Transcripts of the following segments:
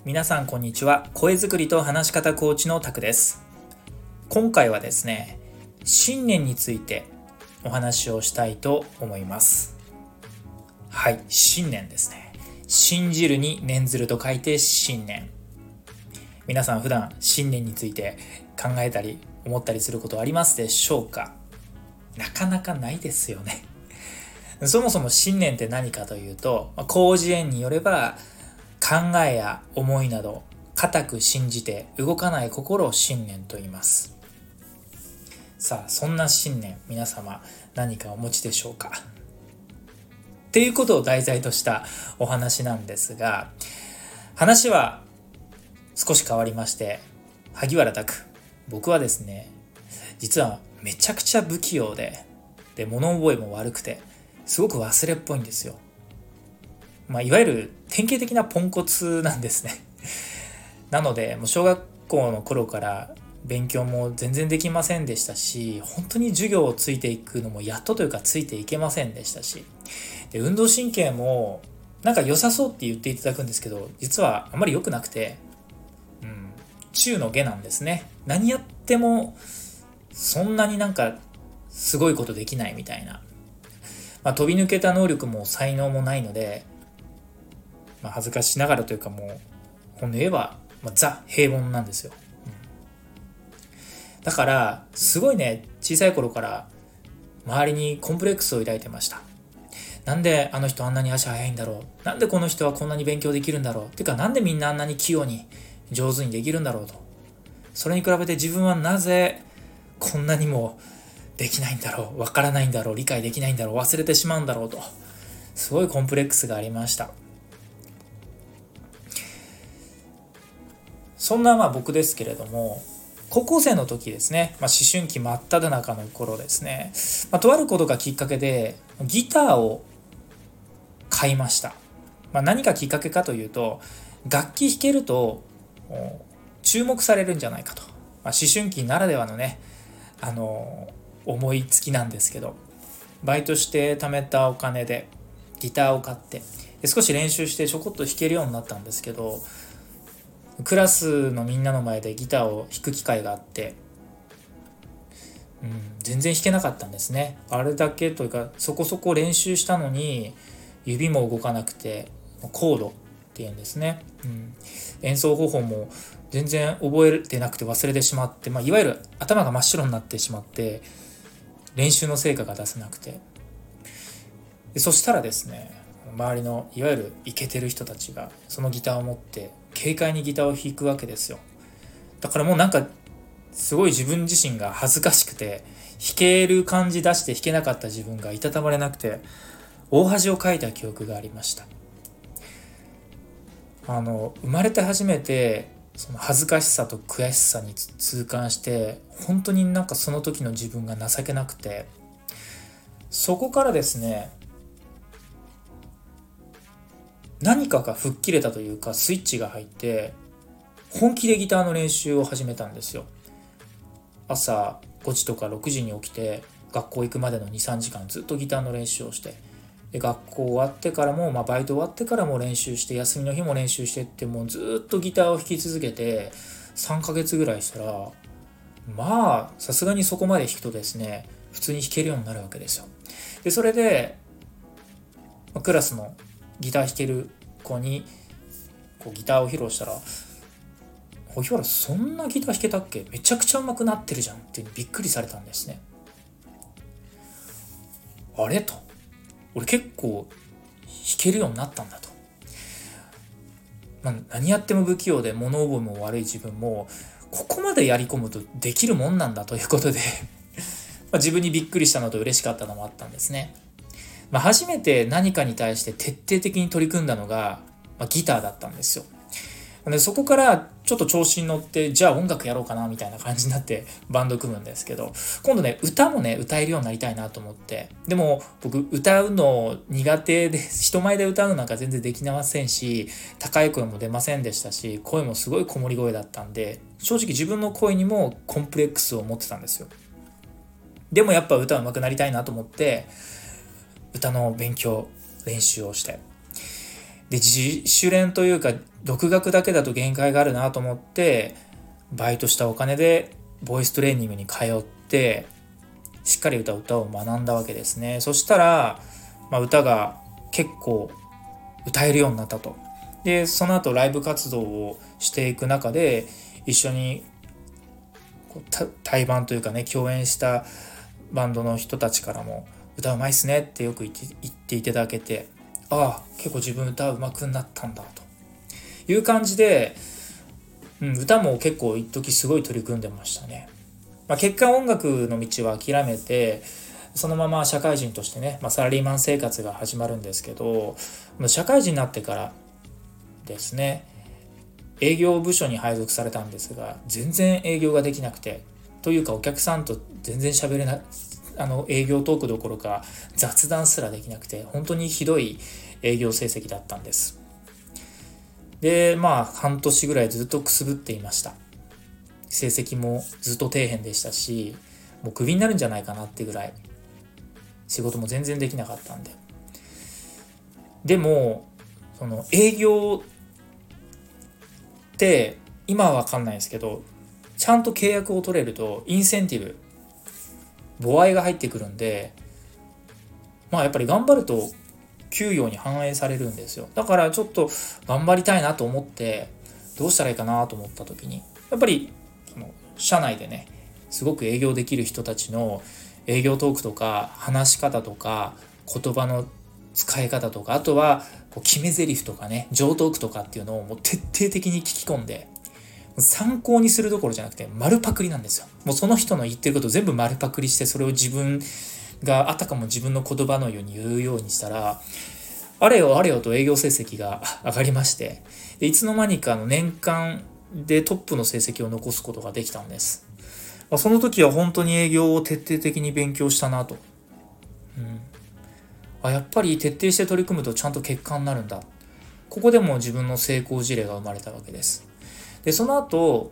皆さんこんにちは。声作りと話し方コーチのタクです。今回はですね、信念についてお話をしたいと思います。はい、信念ですね。信じるに念ずると書いて信念。皆さん普段信念について考えたり思ったりすることはありますでしょうか？なかなかないですよね。そもそも信念って何かというと、広辞苑によれば考えや思いなど固く信じて動かない心を信念と言います。さあ、そんな信念、皆様何かお持ちでしょうか？っていうことを題材としたお話なんですが、話は少し変わりまして、萩原拓、僕はですね、実はめちゃくちゃ不器用で物覚えも悪くてすごく忘れっぽいんですよ。いわゆる典型的なポンコツなんですね。なのでもう小学校の頃から勉強も全然できませんでしたし、本当に授業をついていくのもやっとというかついていけませんでしたし、で運動神経もなんか良さそうって言っていただくんですけど、実はあまり良くなくて、中の下なんですね。何やってもそんなになんかすごいことできないみたいな、飛び抜けた能力も才能もないので、恥ずかしながらというか、もう本音言えば、ザ平凡なんですよ。だからすごいね、小さい頃から周りにコンプレックスを抱いてました。なんであの人あんなに足速いんだろう、なんでこの人はこんなに勉強できるんだろう、っていうかなんでみんなあんなに器用に上手にできるんだろうと。それに比べて自分はなぜこんなにもできないんだろう、わからないんだろう、理解できないんだろう、忘れてしまうんだろうと、すごいコンプレックスがありました。そんな僕ですけれども、高校生の時ですね、思春期真っ只中の頃ですね、とあることがきっかけでギターを買いました。何がきっかけかというと、楽器弾けると注目されるんじゃないかと、思春期ならではのね、思いつきなんですけど、バイトして貯めたお金でギターを買って、少し練習してちょこっと弾けるようになったんですけど、クラスのみんなの前でギターを弾く機会があって、全然弾けなかったんですね。あれだけというか、そこそこ練習したのに指も動かなくて、コードっていうんですね、演奏方法も全然覚えてなくて忘れてしまって、いわゆる頭が真っ白になってしまって、練習の成果が出せなくて、そしたらですね、周りのいわゆるイケてる人たちがそのギターを持って軽快にギターを弾くわけですよ。だからもうなんかすごい自分自身が恥ずかしくて、弾ける感じ出して弾けなかった自分がいたたまれなくて、大恥をかいた記憶がありました。生まれて初めてその恥ずかしさと悔しさに痛感して、本当になんかその時の自分が情けなくて、そこからですね、何かが吹っ切れたというか、スイッチが入って本気でギターの練習を始めたんですよ。朝5時とか6時に起きて、学校行くまでの 2,3 時間ずっとギターの練習をして、で学校終わってからも、バイト終わってからも練習して、休みの日も練習してって、もうずっとギターを弾き続けて3ヶ月ぐらいしたら、さすがにそこまで弾くとですね、普通に弾けるようになるわけですよ。でそれでクラスのギター弾ける子にギターを披露したら、萩原そんなギター弾けたっけ、めちゃくちゃ上手くなってるじゃんってびっくりされたんですね。あれと、俺結構弾けるようになったんだと。何やっても不器用で物覚えも悪い自分もここまでやり込むとできるもんなんだということで自分にびっくりしたのと嬉しかったのもあったんですね。初めて何かに対して徹底的に取り組んだのが、ギターだったんですよ。でそこからちょっと調子に乗って、じゃあ音楽やろうかなみたいな感じになってバンド組むんですけど、今度ね、歌もね歌えるようになりたいなと思って、でも僕歌うの苦手で、人前で歌うなんか全然できませんし、高い声も出ませんでしたし、声もすごいこもり声だったんで、正直自分の声にもコンプレックスを持ってたんですよ。でもやっぱ歌うまくなりたいなと思って、歌の勉強練習をして、 で自主練というか独学だけだと限界があるなと思ってバイトしたお金でボイストレーニングに通ってしっかり歌を学んだわけですね。そしたら、歌が結構歌えるようになったと。でその後ライブ活動をしていく中で一緒に対バンというかね共演したバンドの人たちからも歌うまいっすねってよく言っていただけて、ああ結構自分歌うまくなったんだという感じで、歌も結構一時すごい取り組んでましたね。結果音楽の道は諦めてそのまま社会人としてね、サラリーマン生活が始まるんですけど、社会人になってからですね営業部署に配属されたんですが全然営業ができなくて、というかお客さんと全然喋れない、営業トークどころか雑談すらできなくて本当にひどい営業成績だったんです。で半年ぐらいずっとくすぶっていました。成績もずっと底辺でしたし、もうクビになるんじゃないかなってぐらい仕事も全然できなかったんで。でもその営業って今は分かんないですけど、ちゃんと契約を取れるとインセンティブ歩合が入ってくるんで、やっぱり頑張ると給与に反映されるんですよ。だからちょっと頑張りたいなと思ってどうしたらいいかなと思った時に、やっぱりその社内でねすごく営業できる人たちの営業トークとか話し方とか言葉の使い方とか、あとは決め台詞とかね上トークとかっていうのをもう徹底的に聞き込んで、参考にするどころじゃなくて丸パクリなんですよ。もうその人の言ってることを全部丸パクリして、それを自分があたかも自分の言葉のように言うようにしたら、あれよあれよと営業成績が上がりまして、でいつの間にかの年間でトップの成績を残すことができたんです。その時は本当に営業を徹底的に勉強したなと、やっぱり徹底して取り組むとちゃんと結果になるんだ。ここでも自分の成功事例が生まれたわけです。でその後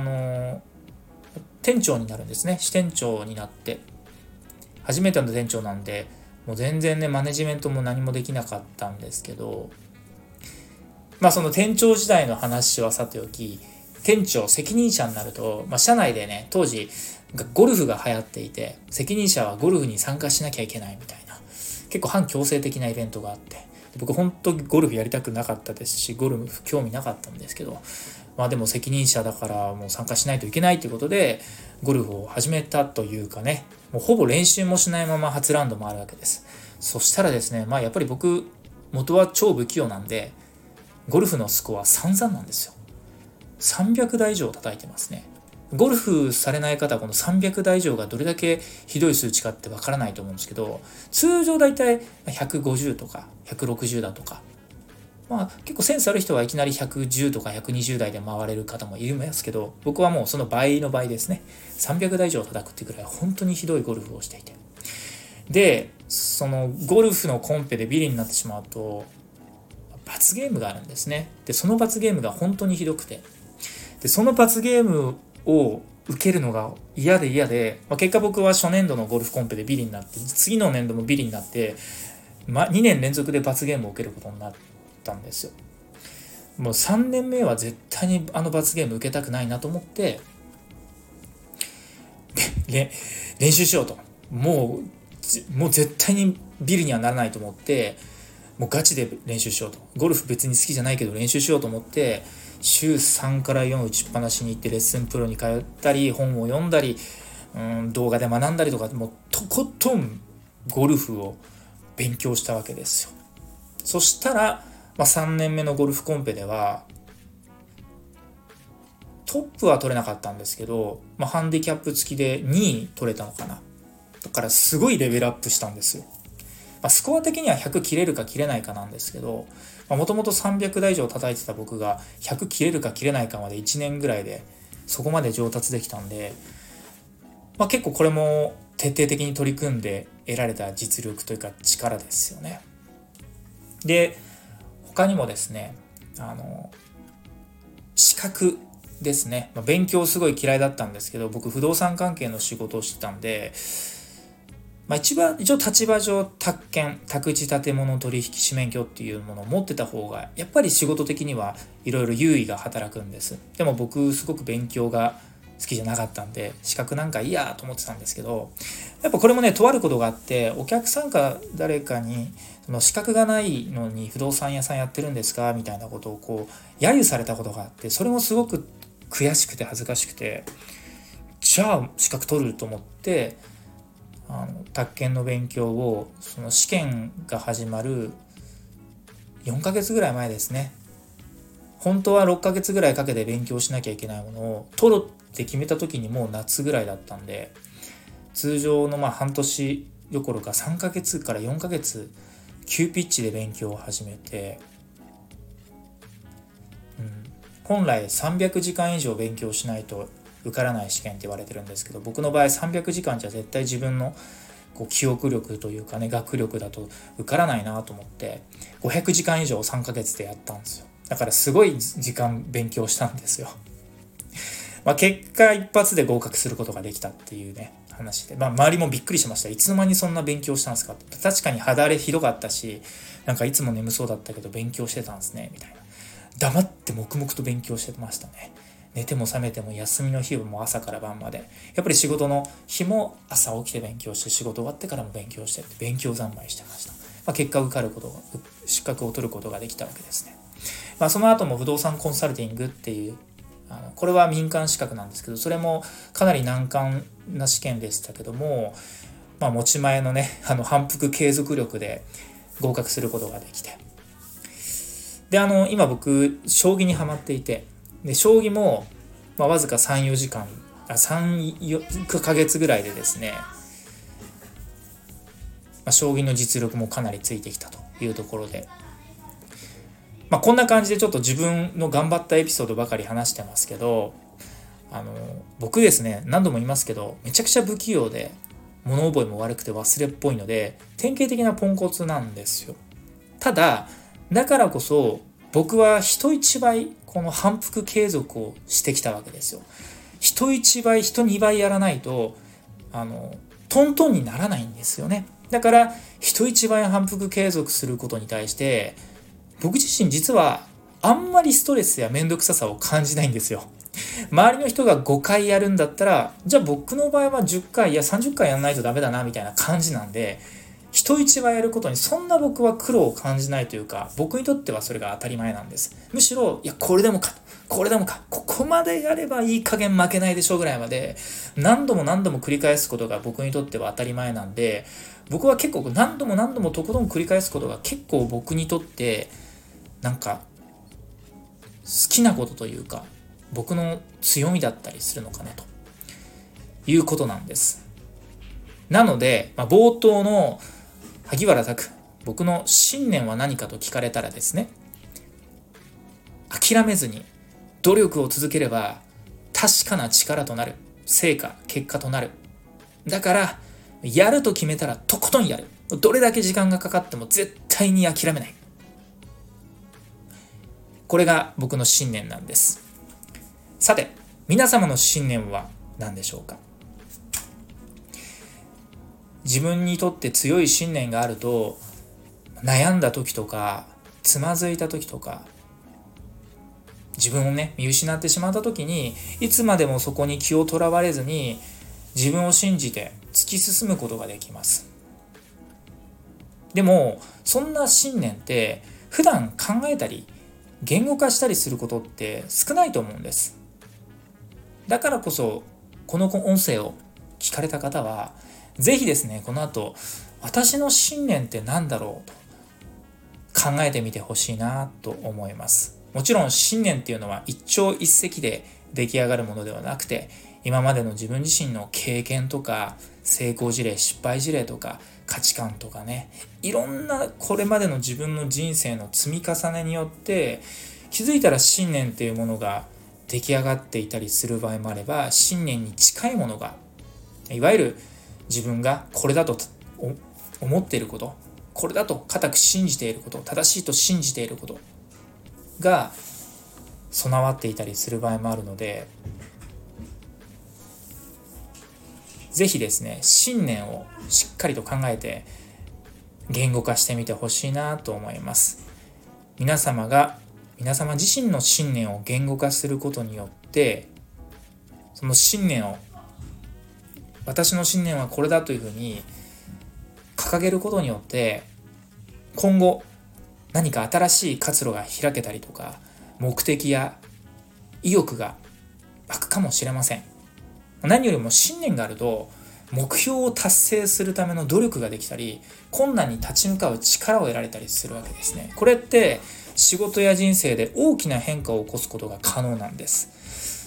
店長になるんですね。支店長になって初めての店長なんで、もう全然ねマネジメントも何もできなかったんですけど、その店長時代の話はさておき、店長責任者になると、社内でね当時ゴルフが流行っていて、責任者はゴルフに参加しなきゃいけないみたいな結構反強制的なイベントがあって、僕本当にゴルフやりたくなかったですし、ゴルフ興味なかったんですけど、でも責任者だからもう参加しないといけないということでゴルフを始めたというかね、もうほぼ練習もしないまま初ラウンドもあるわけです。そしたらですね、やっぱり僕元は超不器用なんで、ゴルフのスコア散々なんですよ。300台以上叩いてますね。ゴルフされない方はこの300台以上がどれだけひどい数値かってわからないと思うんですけど、通常だいたい150とか160だとか、結構センスある人はいきなり110とか120台で回れる方もいるんですけど、僕はもうその倍の倍ですね。300台以上叩くっていうくらい本当にひどいゴルフをしていて、でそのゴルフのコンペでビリになってしまうと罰ゲームがあるんですね。でその罰ゲームが本当にひどくて、でその罰ゲームを受けるのが嫌で、結果僕は初年度のゴルフコンペでビリになって、次の年度もビリになって、2年連続で罰ゲームを受けることになったんですよ。もう3年目は絶対に罰ゲーム受けたくないなと思って練習しようと、もう絶対にビリにはならないと思って、もうガチで練習しようと、ゴルフ別に好きじゃないけど練習しようと思って週3から4打ちっぱなしに行ってレッスンプロに通ったり本を読んだり、動画で学んだりとか、もうとことんゴルフを勉強したわけですよ。そしたら、3年目のゴルフコンペではトップは取れなかったんですけど、ハンディキャップ付きで2位取れたのかな。だからすごいレベルアップしたんですよ。スコア的には100切れるか切れないかなんですけど、もともと300台以上叩いてた僕が100切れるか切れないかまで1年ぐらいでそこまで上達できたんで、結構これも徹底的に取り組んで得られた実力というか力ですよね。で他にもですね、資格ですね、勉強すごい嫌いだったんですけど、僕不動産関係の仕事をしてたんで、 一応立場上宅建、宅地建物取引士免許っていうものを持ってた方がやっぱり仕事的にはいろいろ優位が働くんです。でも僕すごく勉強が好きじゃなかったんで資格なんかいいやと思ってたんですけど、やっぱこれもねとあることがあって、お客さんか誰かにその資格がないのに不動産屋さんやってるんですかみたいなことをこう揶揄されたことがあって、それもすごく悔しくて恥ずかしくて、じゃあ資格取ると思って宅建の勉強をその試験が始まる4ヶ月ぐらい前ですね。本当は6ヶ月ぐらいかけて勉強しなきゃいけないものを取るって決めた時にもう夏ぐらいだったんで、通常の半年どころか3ヶ月から4ヶ月急ピッチで勉強を始めて、本来300時間以上勉強しないと受からない試験って言われてるんですけど、僕の場合300時間じゃ絶対自分の記憶力というかね、学力だと受からないなと思って500時間以上3ヶ月でやったんですよ。だからすごい時間勉強したんですよ。結果一発で合格することができたっていうね話で、周りもびっくりしました。いつの間にそんな勉強したんですかって。確かに肌荒れひどかったし、なんかいつも眠そうだったけど勉強してたんですねみたいな。黙って黙々と勉強してましたね。寝ても覚めても休みの日も朝から晩まで、やっぱり仕事の日も朝起きて勉強して、仕事終わってからも勉強してって勉強三昧してました。結果受かることが、資格を取ることができたわけですね。その後も不動産コンサルティングっていうこれは民間資格なんですけど、それもかなり難関な試験でしたけども、持ち前のね反復継続力で合格することができて、で今僕将棋にハマっていて、で将棋もわずか 3,4 時間3ヶ月ぐらいでですね、将棋の実力もかなりついてきたというところで、こんな感じでちょっと自分の頑張ったエピソードばかり話してますけど、僕ですね何度も言いますけどめちゃくちゃ不器用で物覚えも悪くて忘れっぽいので典型的なポンコツなんですよ。ただだからこそ僕は人一倍この反復継続をしてきたわけですよ。人一倍人二倍やらないとトントンにならないんですよね。だから人一倍反復継続することに対して僕自身実はあんまりストレスやめんどくささを感じないんですよ。周りの人が5回やるんだったら、じゃあ僕の場合は10回や30回やらないとダメだなみたいな感じなんで、人一倍やることにそんな僕は苦労を感じないというか、僕にとってはそれが当たり前なんです。むしろこれでもかここまでやればいい加減負けないでしょうぐらいまで何度も何度も繰り返すことが僕にとっては当たり前なんで、僕は結構何度もとことん繰り返すことが結構僕にとってなんか好きなことというか僕の強みだったりするのかなということなんです。なので、冒頭の萩原拓、僕の信念は何かと聞かれたらですね、諦めずに努力を続ければ確かな力となる、成果結果となる。だからやると決めたらとことんやる。どれだけ時間がかかっても絶対に諦めない。これが僕の信念なんです。さて、皆様の信念は何でしょうか？自分にとって強い信念があると、悩んだ時とかつまずいた時とか自分をね見失ってしまった時に、いつまでもそこに気をとらわれずに自分を信じて突き進むことができます。でもそんな信念って普段考えたり言語化したりすることって少ないと思うんです。だからこそこの音声を聞かれた方はぜひですね、この後私の信念って何だろうと考えてみてほしいなと思います。もちろん信念っていうのは一朝一夕で出来上がるものではなくて、今までの自分自身の経験とか成功事例、失敗事例とか価値観とかね、いろんなこれまでの自分の人生の積み重ねによって気づいたら信念っていうものが出来上がっていたりする場合もあれば、信念に近いものが、いわゆる自分がこれだと思っていること、これだと固く信じていること、正しいと信じていることが備わっていたりする場合もあるので、 ぜひですね、信念をしっかりと考えて言語化してみてほしいなと思います。皆様自身の信念を言語化することによって、その信念を、私の信念はこれだというふうに掲げることによって、今後何か新しい活路が開けたりとか、目的や意欲が湧くかもしれません。何よりも信念があると、目標を達成するための努力ができたり、困難に立ち向かう力を得られたりするわけですね。これって仕事や人生で大きな変化を起こすことが可能なんです。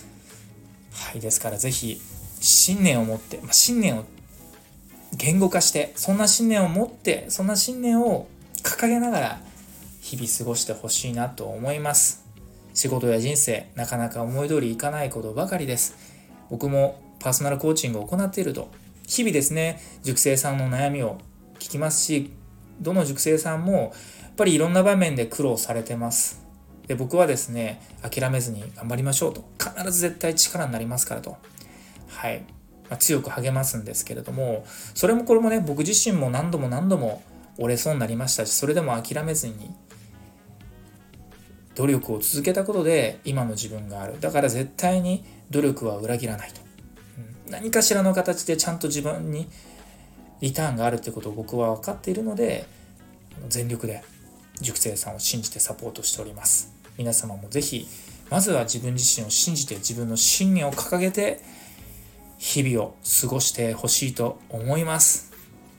はい、ですからぜひ信念を持って、信念を言語化して、そんな信念を持って、そんな信念を掲げながら日々過ごしてほしいなと思います。仕事や人生、なかなか思い通りいかないことばかりです。僕もパーソナルコーチングを行っていると、日々ですね、塾生さんの悩みを聞きますし、どの塾生さんもやっぱりいろんな場面で苦労されてます。で、僕はですね、諦めずに頑張りましょうと、必ず絶対力になりますからと、はい、強く励ますんですけれども、それもこれもね、僕自身も何度も折れそうになりましたし、それでも諦めずに努力を続けたことで今の自分がある。だから絶対に努力は裏切らないと、何かしらの形でちゃんと自分にリターンがあるってことを僕は分かっているので、全力で塾生さんを信じてサポートしております。皆様もぜひまずは自分自身を信じて、自分の信念を掲げて日々を過ごしてほしいと思います。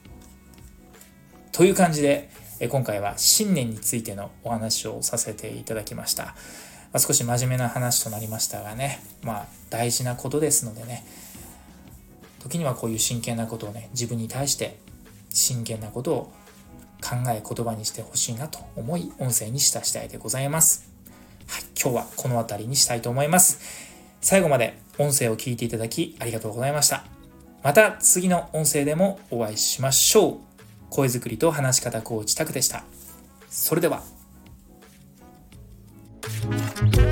という感じで今回は信念についてのお話をさせていただきました。少し真面目な話となりましたがね、大事なことですのでね、時にはこういう真剣なことをね、自分に対して真剣なことを考え言葉にしてほしいなと思い、音声にした次第でございます。はい、今日はこの辺りにしたいと思います。最後まで音声を聞いていただきありがとうございました。また次の音声でもお会いしましょう。声作りと話し方コーチタクでした。それでは。